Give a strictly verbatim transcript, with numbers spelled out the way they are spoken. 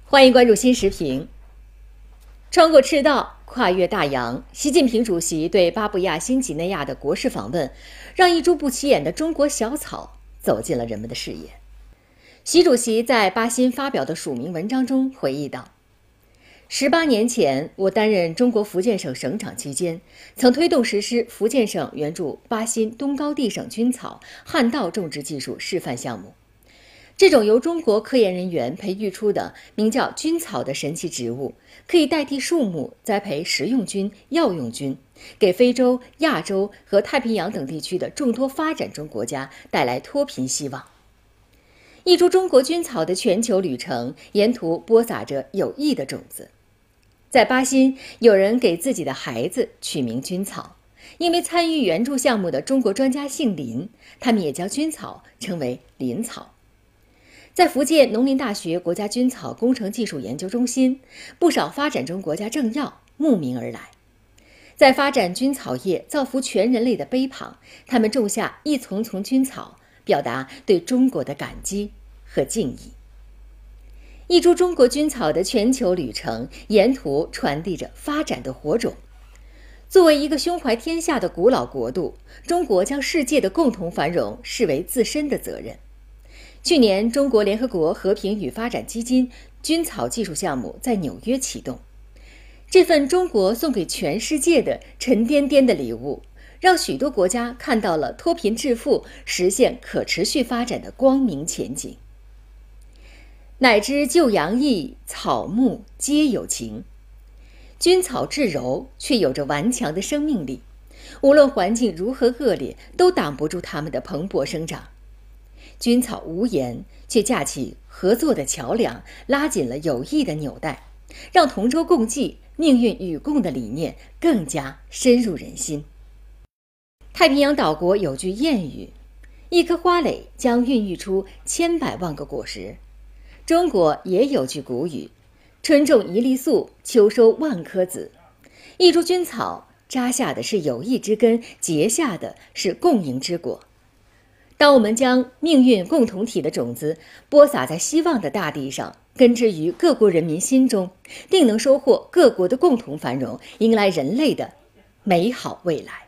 欢迎关注新时评。穿过赤道，跨越大洋，习近平主席对巴布亚新几内亚的国事访问，让一株不起眼的中国小草走进了人们的视野。习主席在巴新发表的署名文章中回忆道：十八年前，我担任中国福建省省长期间，曾推动实施福建省援助巴新东高地省菌草旱稻种植技术示范项目。这种由中国科研人员培育出的名叫菌草的神奇植物，可以代替树木栽培食用菌、药用菌，给非洲、亚洲和太平洋等地区的众多发展中国家带来脱贫希望。一株中国菌草的全球旅程，沿途播撒着有益的种子。在巴新，有人给自己的孩子取名菌草，因为参与援助项目的中国专家姓林，他们也将菌草称为林草。在福建农林大学国家菌草工程技术研究中心，不少发展中国家政要慕名而来。在发展菌草业造福全人类的碑旁，他们种下一丛丛菌草，表达对中国的感激和敬意。一株中国菌草的全球旅程，沿途传递着发展的火种。作为一个胸怀天下的古老国度，中国将世界的共同繁荣视为自身的责任。去年，中国联合国和平与发展基金菌草技术项目在纽约启动。这份中国送给全世界的沉甸甸的礼物，让许多国家看到了脱贫致富、实现可持续发展的光明前景。乃知就洋溢，草木皆有情。菌草至柔，却有着顽强的生命力，无论环境如何恶劣，都挡不住它们的蓬勃生长。菌草无言，却架起合作的桥梁，拉紧了友谊的纽带，让同舟共济、命运与共的理念更加深入人心。太平洋岛国有句谚语：一颗花蕾将孕育出千百万个果实。中国也有句古语：春种一粒粟，秋收万颗子。一株菌草扎下的是友谊之根，结下的是共赢之果。当我们将命运共同体的种子播撒在希望的大地上，根植于各国人民心中，定能收获各国的共同繁荣，迎来人类的美好未来。